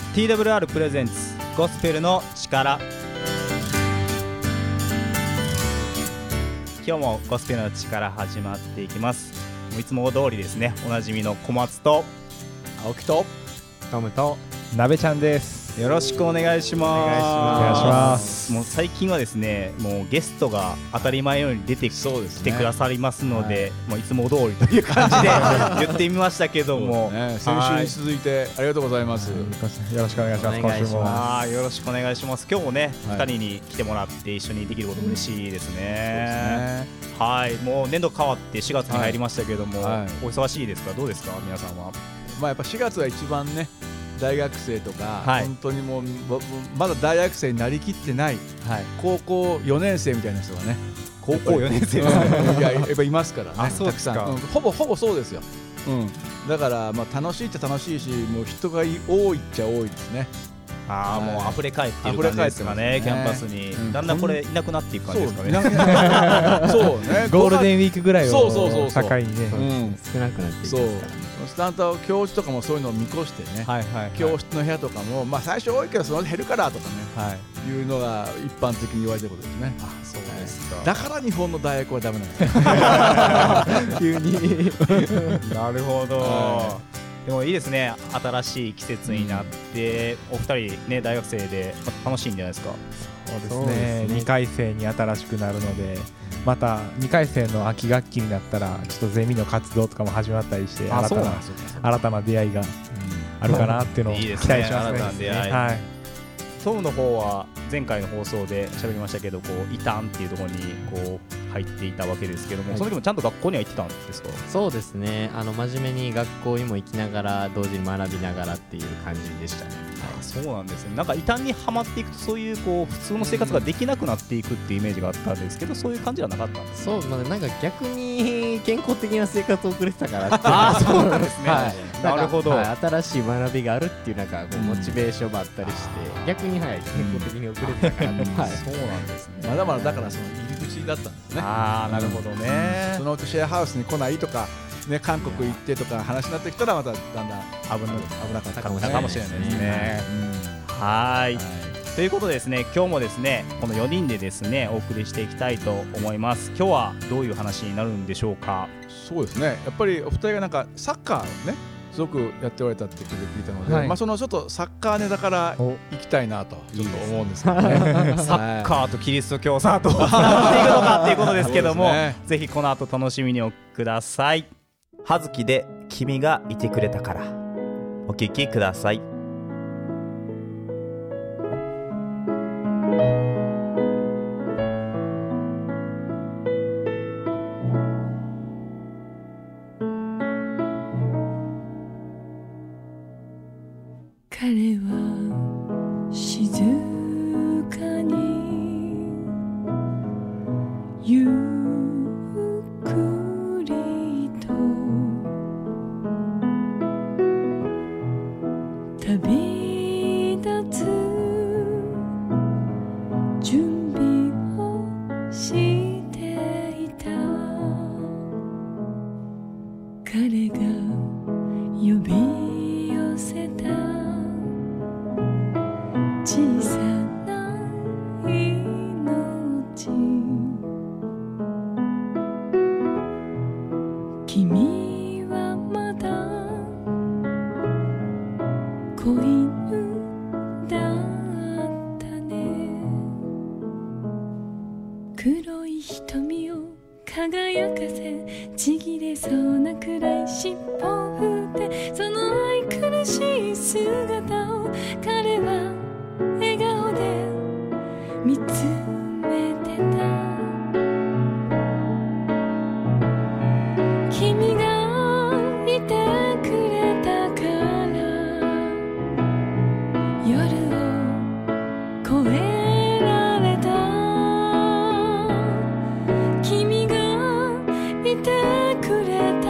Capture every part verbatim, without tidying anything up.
ティーダブリューアール プレゼンツゴスペルの力。今日もゴスペルの力始まっていきます。もういつも通りですね、おなじみの小松と青木とトムとなべちゃんです。 よろしくお願いします。 お願いしますお願いします。 もう最近はですね、もうゲストが当たり前のように出てきてくださりますので、もういつも通りという感じで言ってみましたけども、 ね、先週に続いてありがとうございます。 よろしくお願いします。今週もあよろしくお願いします。今日もね、 はい、 ふたりに来てもらって一緒にできること嬉しいですね。 そうですね。 はい、もう年度変わってしがつに入りましたけども、 はいはい、 お忙しいですか？どうですか皆さんは。 まあやっぱしがつは一番ね、大学生とか、 はい、 本当にもうまだ大学生になりきってない、はい、高校よねん生みたいな人がね、 高校よねん生いややっぱいますからね。 あ、そうですか。 たくさん、うん、ほぼほぼそうですよ。うん、だからまあ楽しいっちゃ楽しいし、もう人が多いっちゃ多いですね。 ああ、もう溢れ返っている感じですかね、キャンパスに、うん、だんだんこれいなくなっていく感じですかね。 そうね、 ゴールデンウィークぐらいをそうそうそうそう境にね、 うん、少なくなっていきますからね。 スタント教授とかもそういうのを見越してね、はいはいはい、教室の部屋とかも、まあ、最初多いけどその減るからとかね、はい、いうのが一般的に言われてることですね。 あ、そうですか。 だから日本の大学はダメなんです急になるほど、はい、でもいいですね、新しい季節になって、うん、お二人ね大学生で楽しいんじゃないですか？ そうですね、そうですね、にかい生に新しくなるので、またにかい生の秋学期になったらちょっとゼミの活動とかも始まったりして、新たな新たな出会いがあるかなっていうのを期待しますね。 新たな出会い、はい、トムの方は前回の放送で喋りましたけど、こう異端っていうところにこう入っていたわけですけども、はい、その時もちゃんと学校には行ってたんですか？ そうですね、あの真面目に学校にも行きながら同時に学びながらっていう感じでしたね。 あ、そうなんですね。なんか異端にはまっていくと、そういうこう普通の生活ができなくなっていくっていうイメージがあったんですけど、そういう感じはなかったんですか？ そう、まあ、なんか逆に健康的な生活を送れてたからってああ、そうなんですね、 はい、 なるほど、 はい、新しい学びがあるっていうなんかこうモチベーションもあったりして、うん、逆に、はい、健康的に送れてたから、うん、はい、 そうなんですね。 まだまだだからその入り口だったんですね。 ああ、なるほどね、 うん、そのうちシェアハウスに来ないとかね、韓国行ってとか話になってきたらまただんだん危な危なかったかもしれないですね。 はい、ということでですね、今日もですねこのよにんでですねお送りしていきたいと思います。今日はどういう話になるんでしょうか？ そうですね、やっぱりお二人がなんかサッカーをねすごくやっておられたって聞いたので、はい、まあそのちょっとサッカーネタから行きたいなとちょっと思うんですけどね。 サッカーとキリスト教さとつながっていくのかっていうことですけども、ね、ぜひこの後楽しみにお聞きください。葉月で君がいてくれたから、お聞きください。 彼は静かにゆっくりと旅立つ準備をしていた。彼が呼び寄せた小さな命、君はまだ子犬だったね。黒い瞳を輝かせ、ちぎれそうなくらい尻尾を振って、その愛くるしい姿を彼は笑顔で見つめてた。君がいてくれたから夜を越えられた。君がいてくれたから明日を信じられた。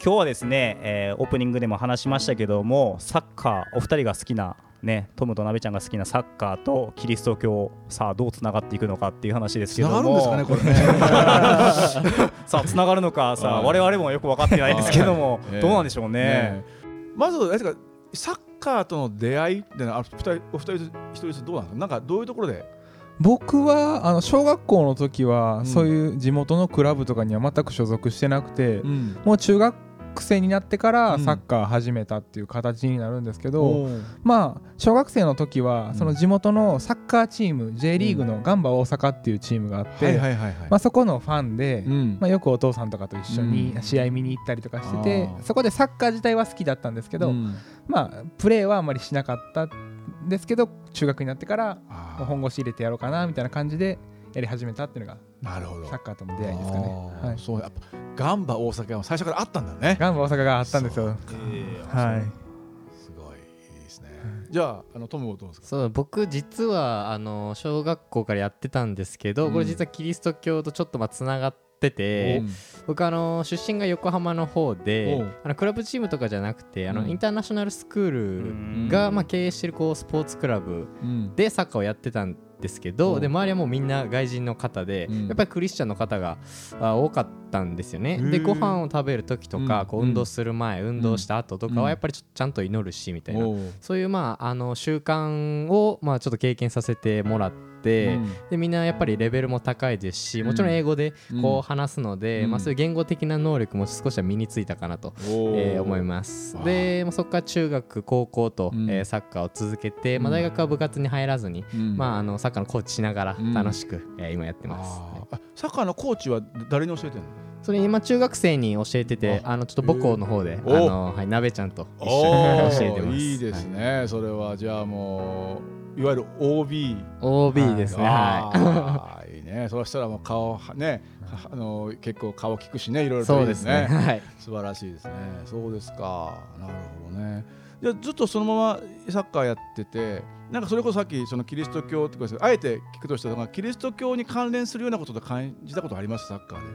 今日はですね、えー、オープニングでも話しましたけども、サッカーお二人が好きなね、トムとなべちゃんが好きなサッカーとキリスト教、さあどうつながっていくのかっていう話ですけども、 つながるんですかねこれねさあつながるのかさあ我々もよく分かってないんですけども、えー、どうなんでしょうね。ねまずあれかサッカーとの出会いってのは二人お二人一人ずつどうなんですか。なんかどういうところで。 僕はあの小学校の時は、うん、そういう地元のクラブとかには全く所属してなくて、うん、もう中学生になってからサッカー始めたっていう形になるんですけど、うん、まあ小学生の時はその地元のサッカーチーム、うん、J リーグのガンバ大阪っていうチームがあってそこのファンで、うんまあ、よくお父さんとかと一緒に試合見に行ったりとかしてて、うん、そこでサッカー自体は好きだったんですけど、うん、まあプレーはあんまりしなかったんですけど、中学になってから本腰入れてやろうかなみたいな感じでやり始めたっていうのがなるほどサッカーとの出会いですかね。はい、 そうやっぱガンバ大阪は最初からあったんだね。 ガンバ大阪があったんですよ。 えー、はい。すごいいいですね。じゃああのトムはどうですか。 そう僕実はあの小学校からやってたんですけど、うん、これ実はキリスト教とちょっとまあつながってて、うん、僕あの出身が横浜の方で、あのクラブチームとかじゃなくてあの、うん、インターナショナルスクールが、まあ、経営してるこうスポーツクラブでサッカーをやってたんですけど、で周りはもうみんな外人の方で、うん、やっぱりクリスチャンの方が多かったんですよね。でご飯を食べる時とか、うん、こう運動する前、うん、運動した後とかはやっぱりちょちゃんと祈るしみたいな、うん、そういうまああの習慣をまあちょっと経験させてもらって、うん、でみんなやっぱりレベルも高いですし、もちろん英語でこう話すので、うんまあ、そういう言語的な能力も少しは身についたかなと、えー、思います。で、まあ、そこから中学高校と、うんえー、サッカーを続けて、まあ、大学は部活に入らずに、うんまあ、あのサッカーのコーチしながら楽しく、うんえー、今やってます、 ね、サッカーのコーチは誰に教えてるの。 それ今中学生に教えてて、あのちょっと母校の方であの、はい、なべちゃんと一緒に教えてます。 いいですね、はい、それはじゃあもういわゆる オービーオービー ですね。 はい、いいね。そうしたらもう顔ね、あの結構顔聞くしね、いろいろといいですね。 そうですね、はい、 素晴らしいですね。そうですか、なるほどね。じゃあずっとそのままサッカーやってて、なんかそれこそさっきそのキリスト教とかあえて聞くとしたらキリスト教に関連するようなことと感じたことあります？サッカーで。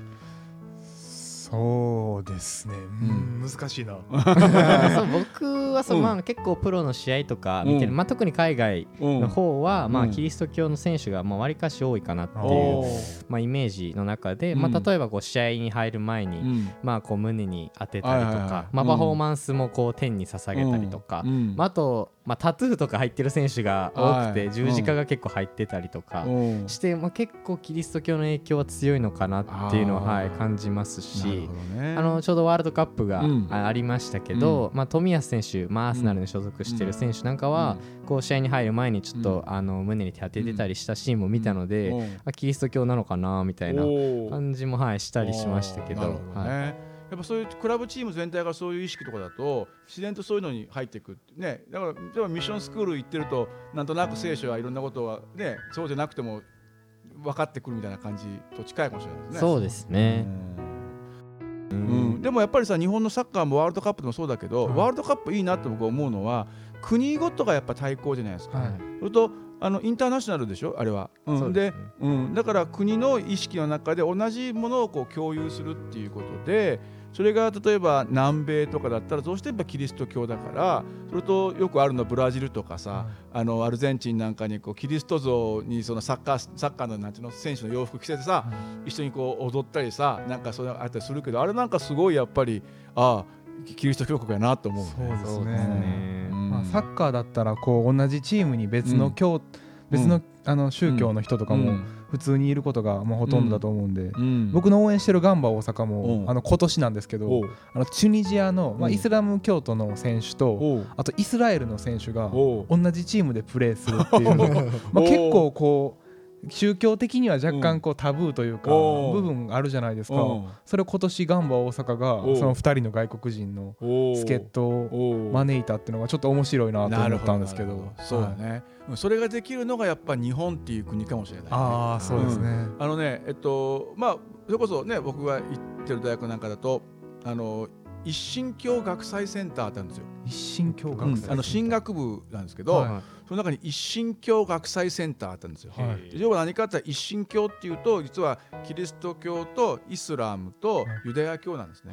そうですね、うん、難しいなそう僕はそう、まあ、結構プロの試合とか見てる、うんまあ、特に海外の方は、うんまあ、キリスト教の選手がわりかし多いかなっていう、まあ、イメージの中で、まあ、例えばこう試合に入る前に、うんまあ、こう胸に当てたりとか、はいはいはいまあ、パフォーマンスもこう天に捧げたりとか、うんまあ、あと、まあ、タトゥーとか入ってる選手が多くて、はい、十字架が結構入ってたりとかして、まあ、結構キリスト教の影響は強いのかなっていうのは、はい、感じますし、ね、あのちょうどワールドカップが、うん、ありましたけど、うんまあ、冨安選手、まあ、アーセナルに所属している選手なんかは、うん、こう試合に入る前にちょっと、うん、あの胸に手当ててたりしたシーンも見たので、うん、あキリスト教なのかなみたいな感じも、はい、したりしましたけど。 なるほどね、はい、やっぱそういうクラブチーム全体がそういう意識とかだと自然とそういうのに入っていくね。だから例えばミッションスクール行ってるとなんとなく聖書はいろんなことはねそうじゃなくても分かってくるみたいな感じと近いかもしれないですね。 そうですね。 うんうん、でもやっぱりさ日本のサッカーもワールドカップでもそうだけど、うん、ワールドカップいいなって僕は思うのは国ごとがやっぱ対抗じゃないですか、はい、それとあのインターナショナルでしょあれは、うん、で、ねうん、だから国の意識の中で同じものをこう共有するっていうことでそれが例えば南米とかだったらどうしてもキリスト教だからそれとよくあるのブラジルとかさ、うん、あのアルゼンチンなんかにこうキリスト像にそのサッカーサッカーのなんていうの選手の洋服着せてさ、うん、一緒にこう踊ったりさなんかそれあったりするけどあれなんかすごいやっぱりああキリスト教国やなと思う、ね、 そうですね、うんまあ、サッカーだったらこう同じチームに別の教、うん、別の、あの宗教の人とかも普通にいることがもうほとんどだと思うんで、うん、僕の応援してるガンバ大阪も、うん、あの今年なんですけどあのチュニジアの、まあ、イスラム教徒の選手とあとイスラエルの選手が同じチームでプレーするっていうまあ結構こう宗教的には若干こうタブーというか部分があるじゃないですか。それを今年ガンバ大阪がそのふたりの外国人の助っ人を招いたっていうのがちょっと面白いなと思ったんですけど。 そうだね、それができるのがやっぱ日本っていう国かもしれない、ね、 ああそうですね、うん、 あのねえっとまあそれこそね僕が行ってる大学なんかだとあの一神教学祭センターってあるんですよ。 一神教学祭センター、 うん、あの神学部なんですけど、はい、その中に一神教学祭センターあったんですよ、はい、要は何かって言ったら一神教っていうと実はキリスト教とイスラムとユダヤ教なんですね、はい、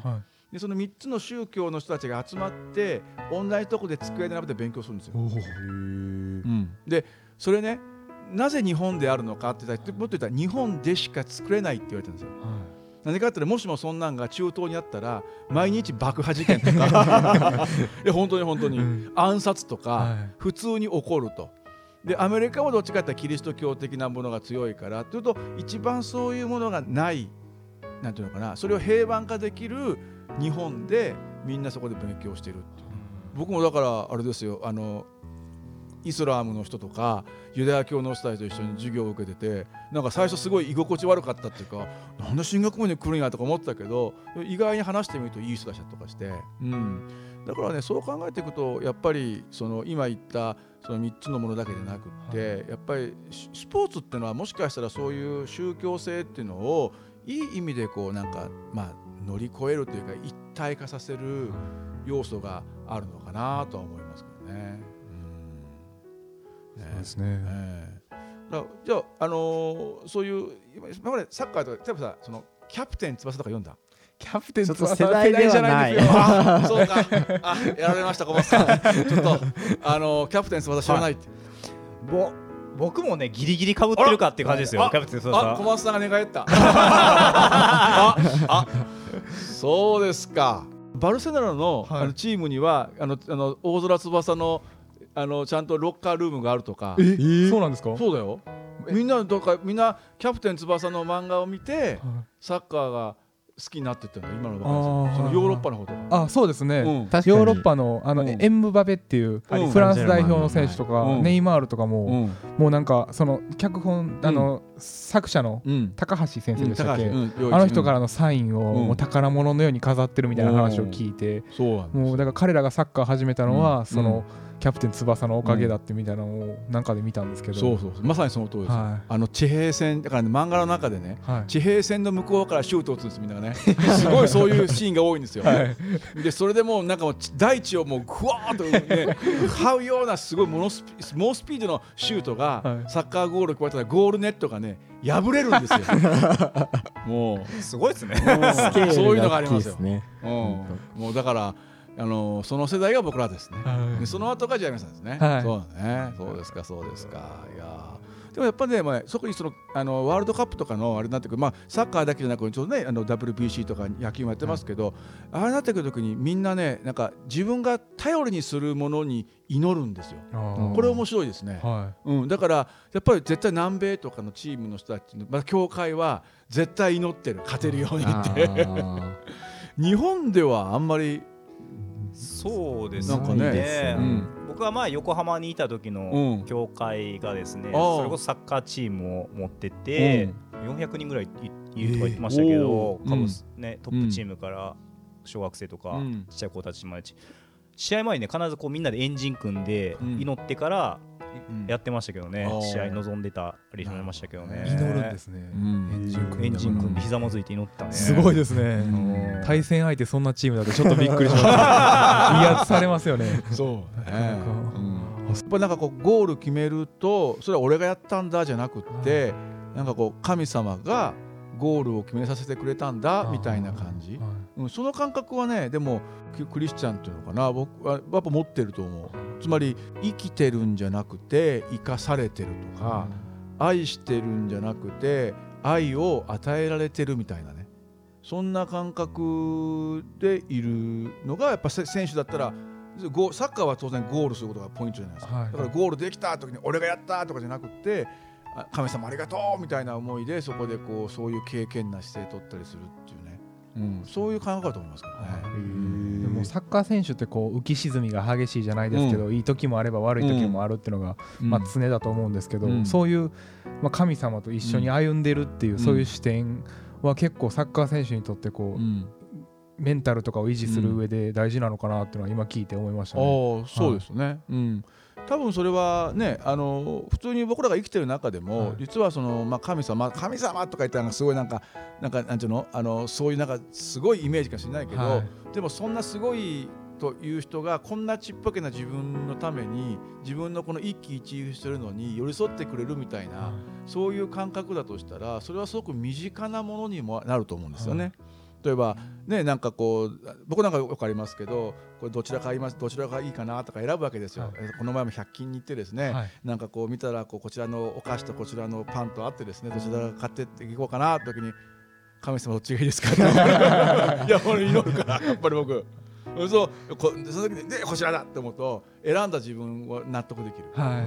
でそのみっつの宗教の人たちが集まって同じとこで机で並べて勉強するんですよ。うん、でそれねなぜ日本であるのかって言ったらもっと言ったら日本でしか作れないって言われてるんですよ。なぜかって言ったらもしもそんなんが中東にあったら毎日爆破事件とかいや本当に本当に暗殺とか普通に起こると。でアメリカもどっちかって言ったらキリスト教的なものが強いからというと一番そういうものがないなんていうのかなそれを平板化できる日本でみんなそこで勉強してるっていう。僕もだからあれですよあのイスラームの人とかユダヤ教の人たちと一緒に授業を受けててなんか最初すごい居心地悪かったっていうかなんで進学部に来るんやとか思ってたけど意外に話してみるといい人たちだとかして、うん、だからねそう考えていくとやっぱりその今言ったそのみっつのものだけでなくって、はい、やっぱりスポーツっていうのはもしかしたらそういう宗教性っていうのをいい意味でこうなんかまあ乗り越えるというか一体化させる要素があるのかなとは思いますけどね。 そうですね。 えー、だじゃあ、あのー、そういう今までサッカーとか例えばさそのキャプテン翼とか読んだ？ キャプテン翼世代ではない。 あそうかあやられました小松さんちょっとあのー、キャプテン翼知らないって、 はい、ぼ僕もねギリギリ被ってるかっていう感じですよ。キャプテン翼あ小松さんが寝返ったああそうですか。バルセロナ の,、はい、あのチームにはあのあの大空翼のあのちゃんとロッカールームがあるとか。 えー、そうなんですか。 そうだよ。みんなとかみんなキャプテン翼の漫画を見て、はい、サッカーが好きになってったんだ今の若いそのヨーロッパの方とか。 あそうですね、うん、ヨーロッパのあの、うん、エンムバペっていう、うん、フランス代表の選手とか、うん、ネイマールとかも、うん、もうなんかその脚本あの、うん、作者の高橋先生でしたっけ、うんうん、あの人からのサインを、うん、もう宝物のように飾ってるみたいな話を聞いて、うん、もうだから彼らがサッカー始めたのは、うん、その、うんキャプテン翼のおかげだってみたいなのをなんかで見たんですけど、 そうそうそうまさにその通りです、はい、あの地平線だから、ね、漫画の中でね、はい、地平線の向こうからシュートを打つんですみんながねすごいそういうシーンが多いんですよ、はい、でそれでもうなんかもう大地をもうグワーッとね這うようなすごい猛スピ猛スピードのシュートが、はい、サッカーゴールを加えたらゴールネットがね破れるんですよもうすごいですねそういうのがありますよ、ねうん、もうだからあのその世代が僕らですね、はい、でその後がジャイアンさんですね、はい、そうだねそうですかそうですかいやでもやっぱりね、まあ、特にそのあのワールドカップとかのあれになってくる、まあ、サッカーだけじゃなくちょっとねあの ダブリュービーシー とか野球もやってますけど、はい、あれになってくるときにみんなねなんか自分が頼りにするものに祈るんですよ。これ面白いですね、はいうん、だからやっぱり絶対南米とかのチームの人たちの、まあ、教会は絶対祈ってる勝てるようにって日本ではあんまりそうですねなんかね、うん、僕はまあ横浜にいた時の教会がですね、うん、それこそサッカーチームを持ってて、うん、よんひゃくにんぐらい い, いるとか言ってましたけど、えーね、トップチームから小学生とか、うん、ちっちゃい子たちまで試合前にね必ずこうみんなでエンジン組んで祈ってからやってましたけどね、うん、試合臨んでたりしましたけどね祈るんですね、うん、 エンジン組んでエンジン組んでひざまずいて祈ったねすごいですね、うん、対戦相手そんなチームだとちょっとびっくりしました威圧されますよねそうね、うん、やっぱなんかこうゴール決めるとそれは俺がやったんだじゃなくって、うん、なんかこう神様がゴールを決めさせてくれたんだみたいな感じ、うん、その感覚はねでもクリスチャンっていうのかな僕はやっぱ持ってると思う。つまり生きてるんじゃなくて生かされてるとか、うん、愛してるんじゃなくて愛を与えられてるみたいなねそんな感覚でいるのがやっぱ選手だったらサッカーは当然ゴールすることがポイントじゃないですか、はい、だからゴールできた時に俺がやったとかじゃなくて神様ありがとうみたいな思いでそこでこうそういう経験な姿勢を取ったりするっていうね、うん、そういう感覚だと思いますからね。 でもサッカー選手ってこう浮き沈みが激しいじゃないですけど、うん、いい時もあれば悪い時もあるっていうのが、うんまあ、常だと思うんですけど、うん、そういう、まあ、神様と一緒に歩んでるっていう、うん、そういう視点は結構サッカー選手にとってこう、うん、メンタルとかを維持する上で大事なのかなっていうのは今聞いて思いましたね。 あそうですね、はいうん多分それはねあの普通に僕らが生きてる中でも、はい、実はその、まあ、神様神様とか言ったらすごいなんかなんかなんていうのあのそういうなんかすごいイメージかもしれないけど、はい、でもそんなすごいという人がこんなちっぽけな自分のために自分のこの一喜一憂してるのに寄り添ってくれるみたいな、はい、そういう感覚だとしたらそれはすごく身近なものにもなると思うんですよね。はい例えばね、なんかこう僕なんかよくありますけど、これどちらかいますどちらがいいかなとか選ぶわけですよ、はい、この前もひゃく均に行ってですね、はい、なんかこう見たらこうこちらのお菓子とこちらのパンとあってですね、どちらか買ってっていこうかなって時に、神様どっちがいいですかっていや俺祈るからやっぱり僕そうこその時にでこちらだって思うと選んだ自分は納得できる、はい、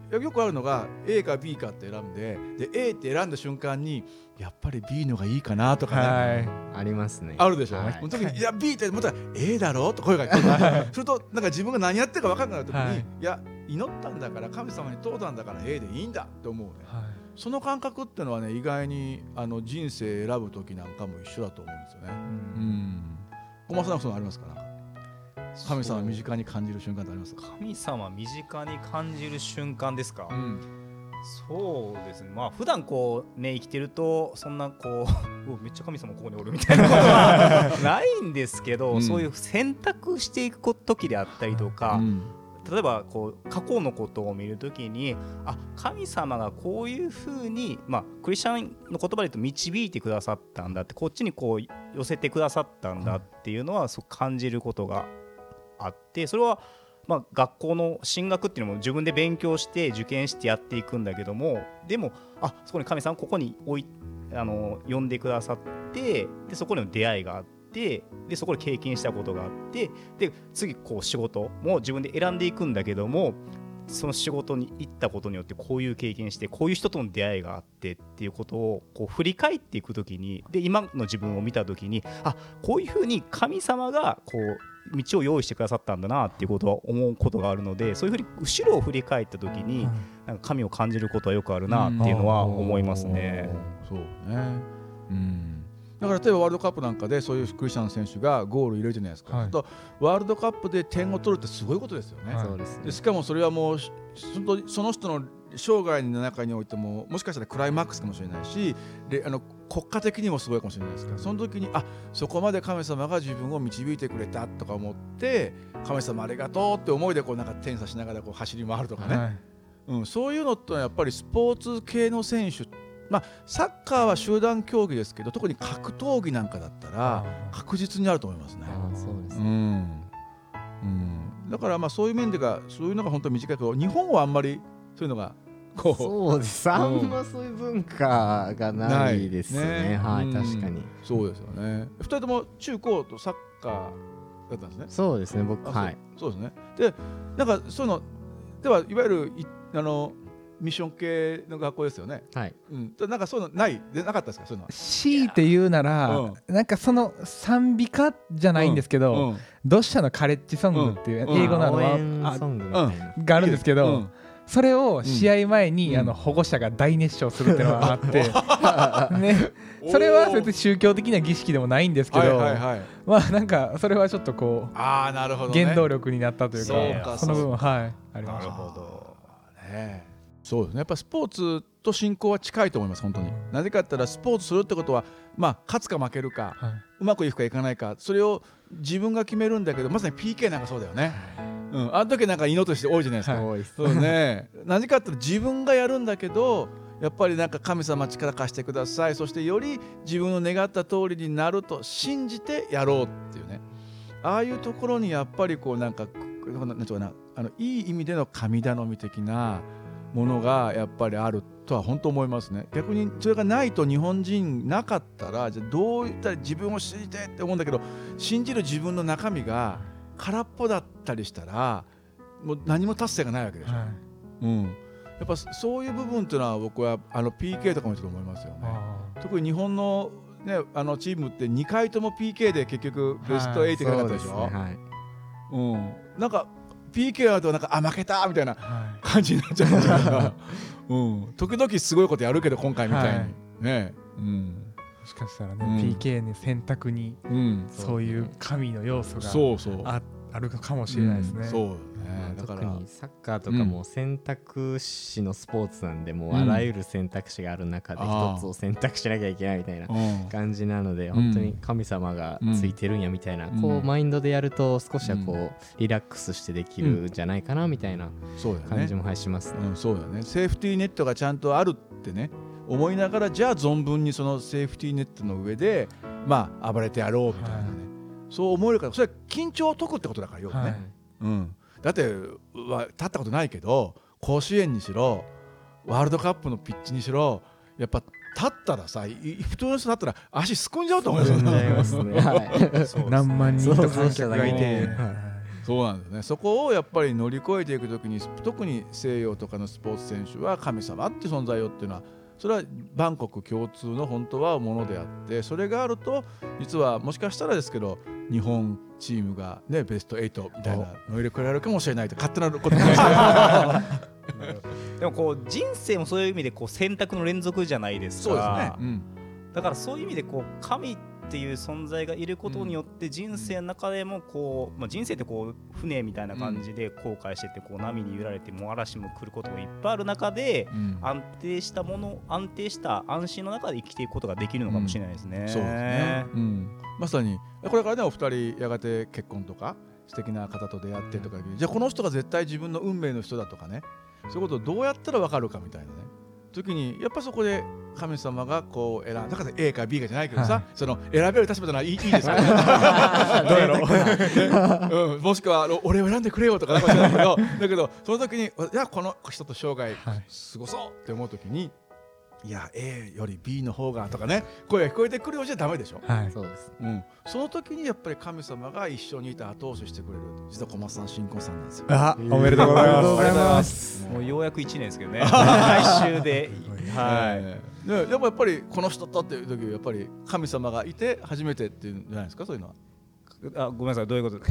うん、よくあるのが エー か ビー かって選んで、で エー って選んだ瞬間にやっぱり ビー のがいいかなとかね、はい、 ありますね、 あるでしょ、はい、その時にいや ビー って思ったら エー だろと声が聞こえするとなんか自分が何やってるか分からなくなる時に、はい、いや祈ったんだから神様に通ったんだから エー でいいんだって思うね、はい、その感覚っていうのはね、意外にあの人生選ぶ時なんかも一緒だと思うんですよね。うん、小松さん、そのありますか？なんか神様身近に感じる瞬間ってありますか？ 神様身近に感じる瞬間ですか？うん、そうですね、まあ普段こうね生きてるとそんなこうめっちゃ神様ここにおるみたいなことはないんですけど、うん、そういう選択していく時であったりとか、うん、例えばこう過去のことを見るときに、あ、神様がこういうふうに、まあ、クリスチャンの言葉で言うと導いてくださったんだって、こっちにこう寄せてくださったんだっていうのはそう感じることがあって、それはまあ学校の進学っていうのも自分で勉強して受験してやっていくんだけども、でもあそこに神様ここに置いあの呼んでくださって、でそこでの出会いがあって、でそこで経験したことがあって、で次こう仕事も自分で選んでいくんだけども、その仕事に行ったことによってこういう経験して、こういう人との出会いがあってっていうことをこう振り返っていくときに、で今の自分を見たときに、あ、こういうふうに神様がこう道を用意してくださったんだなっていうことは思うことがあるので、そういうふうに後ろを振り返ったときに、なんか神を感じることはよくあるなっていうのは思いますね。 そうね、うん、だから例えばワールドカップなんかでそういうクリスチャンの選手がゴール入れるじゃないですか、はい、とワールドカップで点を取るってすごいことですよね、はい、そうですね。でしかもそれはもうその人の生涯の中においてももしかしたらクライマックスかもしれないし、であの国家的にもすごいかもしれないですから、その時にあそこまで神様が自分を導いてくれたとか思って、神様ありがとうって思いでこうなんか点差しながらこう走り回るとかね、はい、うん、そういうのってやっぱりスポーツ系の選手、まあ、サッカーは集団競技ですけど、特に格闘技なんかだったら確実にあると思いますね。あ、そうですね、うんうん、だからまあそういう面でがそういうのが本当に短いけど、日本はあんまりそういうのがこうそうです、あんまそういう文化がないですね、ね、はい、確かにそうですよね。ふたりとも中高とサッカーだったんですね。 そうですね、僕はい、 そうですね。でなんかそういうのではいわゆるあのミッション系の学校ですよね。はい、うん、なんかそういうのないでなかったですか？そういうの強いて言うなら、うん、なんかその賛美歌じゃないんですけど、うんうん、ドッシャのカレッジソングっていう、うん、英語のあの、応援ソングみたいな、うん、があるんですけど、うん、それを試合前に、うん、あの保護者が大熱唱するっていうのがあって、ね、それは別に宗教的な儀式でもないんですけど、はいはいはい、まあなんかそれはちょっとこう、 あー、なるほどね、 原動力になったというか、 そうか、 その部分、はい、ありました。 なるほど、ね、そうですね。やっぱスポーツと信仰は近いと思います、本当に。なぜかって言ったらスポーツするってことは、まあ、勝つか負けるか、はい、うまくいくかいかないか、それを自分が決めるんだけど、まさに ピーケー なんかそうだよね、うん、あの時なんか祈として多いじゃないですか、はい、そうね、なぜかって言ったら自分がやるんだけど、やっぱりなんか神様力貸してください、そしてより自分の願った通りになると信じてやろうっていうね、ああいうところにやっぱりこうなんかなんていうかな、あのいい意味での神頼み的なものがやっぱりあるとは本当思いますね。逆にそれがないと、日本人なかったら、じゃあどういったら自分を信じてって思うんだけど、信じる自分の中身が空っぽだったりしたらもう何も達成がないわけでしょ、はい、うん、やっぱそういう部分っていうのは僕はあの ピーケー とかもちょっと思いますよね。特に日本の、ね、あのチームってにかいとも ピーケー で結局ベストはちいかなかったでしょ、はい、はい、うん、なんか ピーケー だとなんかあ負けたみたいな感じになっちゃうんじゃないかな、うん、時々すごいことやるけど今回みたいに、はい、ね、うん、 もしかしたらね、うん、ピーケー の選択に、うん、そういう神の要素がそうそうああるかもしれないですね、うん、 そうね、 だから特にサッカーとかも選択肢のスポーツなんで、もうあらゆる選択肢がある中で一つを選択しなきゃいけないみたいな感じなので、本当に神様がついてるんやみたいな、こうマインドでやると少しはこうリラックスしてできるんじゃないかなみたいな感じもしますね。 そうだね、セーフティーネットがちゃんとあるってね思いながら、じゃあ存分にそのセーフティーネットの上でまあ暴れてやろうみたいなね、はい、そう思えるから、それは緊張を解くってことだからよね、はい、うん、だっては立ったことないけど甲子園にしろワールドカップのピッチにしろやっぱ立ったらさ、普通の人だったら足すくんじゃうと思うんですよね。 何万人と観客がいて、 そうなんですね。そこをやっぱり乗り越えていくときに、特に西洋とかのスポーツ選手は神様っていう存在をっていうのは、それは万国共通の本当はものであって、それがあると実はもしかしたらですけど日本チームがねベストはちみたいなの入れくれるかもしれないと勝手なことかもしれないでもこう人生もそういう意味でこう選択の連続じゃないですか。 そうですね、うん、 だからそういう意味でこう神っていう存在がいることによって人生の中でもこう、まあ、人生ってこう船みたいな感じで航海しててこう波に揺られてもう嵐も来ることがいっぱいある中で、安定したもの安定した安心の中で生きていくことができるのかもしれないですね、 うん、そうですね、うん、まさにこれからねお二人やがて結婚とか素敵な方と出会ってとか、じゃあこの人が絶対自分の運命の人だとかね、そういうことをどうやったら分かるかみたいなね時にやっぱそこで神様がこう選んだから A か B かじゃないけどさ、はい、その選べる立場じゃないいいですよねどうやろう、うん、もしくは俺を選んでくれよとかなんかしないけどだけどその時にいやこの人と生涯過ごそうって思う時に、いや A より B の方がとかね声が聞こえてくるようじゃダメでしょ、 はい、そうです、 うん、その時にやっぱり神様が一緒にいて後押ししてくれる。実は小松さん新婚さんなんですよ。 あ、おめでとうございます。ありがとうございます。 もうようやくいちねんですけどね来週ではい、ね、でもやっぱりこの人とっていう時はやっぱり神様がいて初めてっていうんじゃないですか、そういうのは。 あ、ごめんなさい、どういうこともう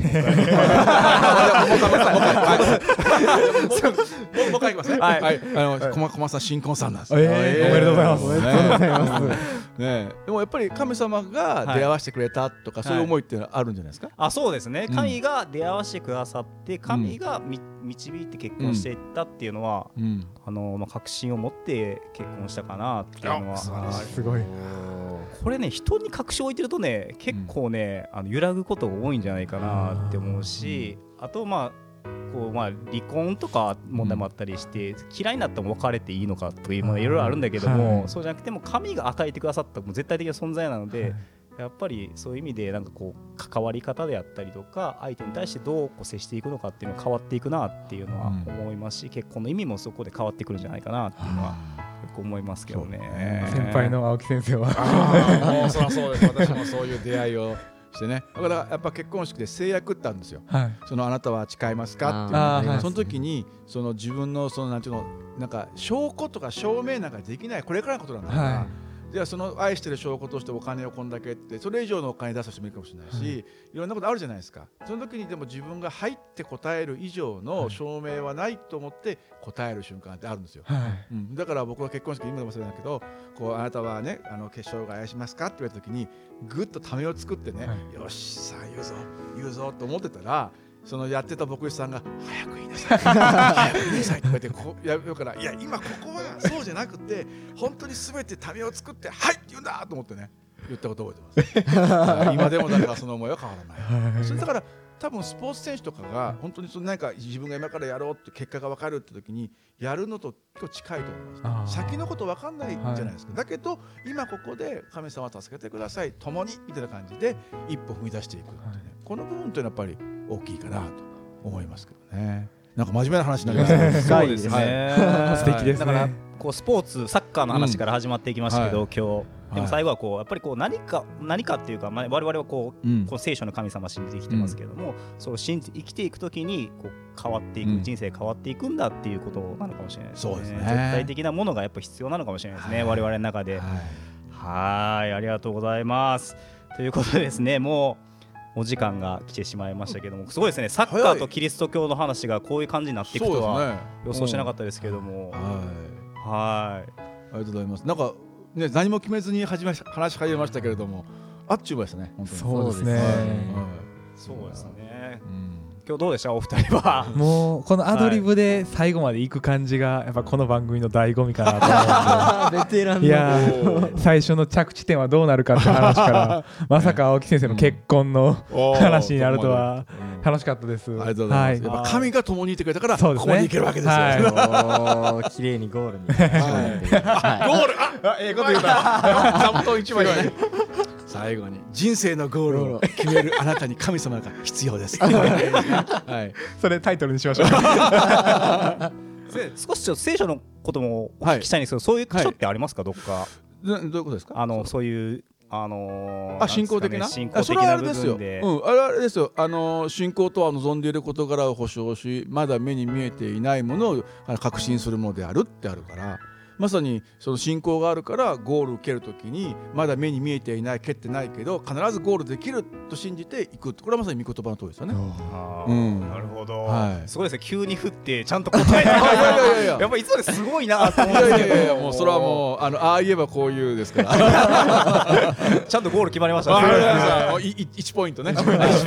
一回いきますね。はい、あの小松さん新婚さんなんです。おめでとうございます。おめでとうございます。 ね、でもやっぱり神様が出会わせてくれたとか、はい、そういう思いってあるんじゃないですか。 あ、そうですね。神が出会わせてくださって、神がみ導いて結婚していったっていうのは、うん、あのまあ確信を持って結婚したかなっていうのはすごい。 これね、人に確信を置いてるとね結構ね、うん、あの揺らぐことが多いんじゃないかなって思うし、あとまあこうまあ離婚とか問題もあったりして、うん、嫌いになっても別れていいのかというものいろいろあるんだけども、はい、そうじゃなくても神が与えてくださったもう絶対的な存在なので、はい、やっぱりそういう意味でなんかこう関わり方であったりとか相手に対してどうこう接していくのかっていうのが変わっていくなっていうのは思いますし、うん、結婚の意味もそこで変わってくるんじゃないかなっていうのはよく思いますけどね。 先輩の青木先生はもうそりゃそうです。私もそういう出会いをしてね、だからやっぱ結婚式で誓約ってあるんですよ、はい、そのあなたは誓いますかっていう、その時にその自分のそのなんていうのなんか証拠とか証明なんかできないこれからのことなんだから、はい、じゃあその愛してる証拠としてお金をこんだけってそれ以上のお金出す人もいるかもしれないし、はい、いろんなことあるじゃないですか。その時にでも自分が入って答える以上の証明はないと思って答える瞬間ってあるんですよ、はい、うん、だから僕は結婚式今でもそうなんだけど、こうあなたはねあの結晶が愛しますかって言われた時にぐっとためを作ってね、はい、よしさあ言うぞ言うぞと思ってたら、そのやってた牧師さんが早く言いなさい早く言いなさいって言ってこうやるから、いや今ここはそうじゃなくて本当に全てためを作ってはいって言うんだと思ってね言ったこと覚えてます今でもだからその思いは変わらないそれだから多分スポーツ選手とかが本当にそのなんか自分が今からやろうって結果が分かるって時にやるのと結構近いと思います。先のこと分かんないじゃないですか、はい、だけど今ここで神様を助けてください共にみたいな感じで一歩踏み出していくって、ね、はい、この部分というのはやっぱり大きいかなと思いますけどね。なんか真面目な話になりますね。 深いですね、はい、 素敵ですね。 だからこうスポーツサッカーの話から始まっていきましたけど、うん、今日でも最後はこうやっぱりこう何か何かっていうか、まあ、我々はこう、うん、この聖書の神様を信じて生きてますけども、うん、そう信じて生きていくときにこう変わっていく、うん、人生変わっていくんだっていうことなのかもしれないですね。 そうですね。 絶対的なものがやっぱ必要なのかもしれないですね、はい、我々の中で。はい、はい、ありがとうございます。ということでですね、もうお時間が来てしまいましたけども、すごいですね。サッカーとキリスト教の話がこういう感じになっていくとは予想しなかったですけども、はい、はい、 ありがとうございます。なんかね、何も決めずに始め話し始めましたけれども、あっちゅう間でしたね。本当にそうですね、はい、 そうですね、うん、今日どうでしたお二人は。 もうこのアドリブで最後まで行く感じがやっぱこの番組の醍醐味かなと思ってベテランのいや最初の着地点はどうなるかって話からまさか青木先生の結婚の、うん、話になるとは楽しかったです。 ありがとうございます、はい、やっぱ神が共にいてくれたからここに行けるわけですよ。 はい、綺麗にゴールに、はい、 ゴールあええこと言うた座布団一枚ね最後に人生のゴールを決めるあなたに神様が必要です。はい、 それタイトルにしましょう。 少しちょっと聖書のこともお聞きしたいんですけど、はい、そういう箇所ってありますか、はい、どっか。 どういうことですか。 あのそういうあのー、 あ信仰的な、 信仰的な部分で、 うん、あれあれですよ、あのー、信仰とは望んでいる事柄を保証し、まだ目に見えていないものを確信するものであるってあるから、まさにその信仰があるからゴールを蹴るときにまだ目に見えていない、蹴ってないけど必ずゴールできると信じていく、これはまさに御言葉の通りですよね。 あ、うん、なるほど、はい、すごいですね。急に振ってちゃんと答えてやっぱりいつもすごいなと思うんですけど、いやいやいや、もうそれはもうあのああ言えばこういうですからちゃんとゴール決まりましたね。いちポイントね。あ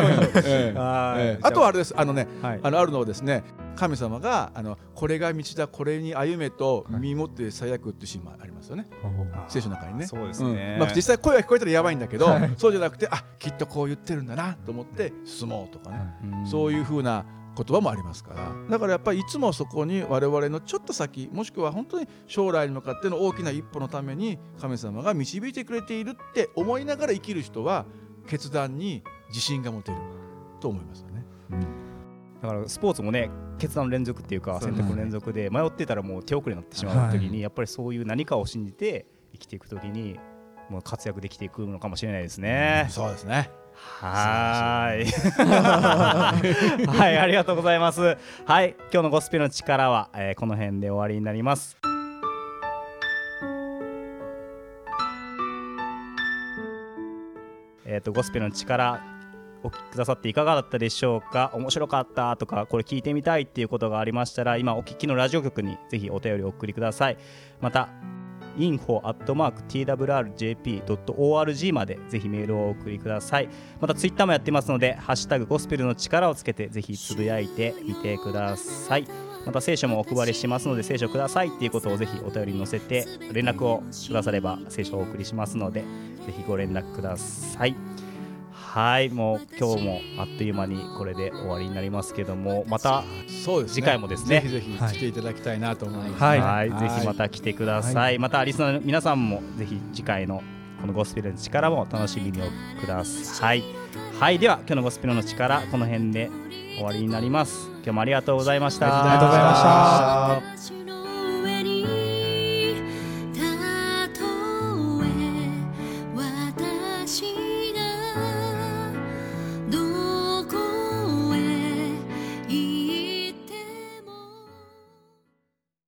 とはあれです、あのね、はい、あのあるのはですね、神様があのこれが道だ、これに歩めと身もって最悪っていうシーンもありますよね、はい、聖書の中にね。そうですね、うん、まあ、実際声が聞こえたらやばいんだけど、はい、そうじゃなくて、あ、きっとこう言ってるんだなと思って進もうとかね、はい、そういう風な言葉もありますから、だからやっぱりいつもそこに我々のちょっと先、もしくは本当に将来に向かっての大きな一歩のために神様が導いてくれているって思いながら生きる人は決断に自信が持てると思いますよね、うん。だからスポーツもね、決断の連続っていうか選択の連続で迷ってたらもう手遅れになってしまう時に、やっぱりそういう何かを信じて生きていく時にもう活躍できていくのかもしれないですね、うん、そうですね。はい、はい、ありがとうございます。はい、今日のゴスペルの力は、えー、この辺で終わりになります。えーとゴスペルの力お聞きくださっていかがだったでしょうか。面白かったとかこれ聞いてみたいっていうことがありましたら、今お聞きのラジオ局にぜひお便りをお送りください。また インフォ アットマーク ティーダブリューアールジェーピー ドット オーアールジー までぜひメールをお送りください。またツイッターもやってますので、ハッシュタグゴスペルの力をつけてぜひつぶやいてみてください。また聖書もお配りしますので、聖書くださいっていうことをぜひお便りに載せて連絡をくだされば聖書をお送りしますので、ぜひご連絡ください。はい、もう今日もあっという間にこれで終わりになりますけども、また次回もですね、ぜひぜひ来ていただきたいなと思います。はい、はい、はい、ぜひまた来てください、はい、またリスナーの皆さんもぜひ次回のこのゴスペルの力も楽しみにください。はい、では今日のゴスペルの力この辺で終わりになります。今日もありがとうございました。ありがとうございました。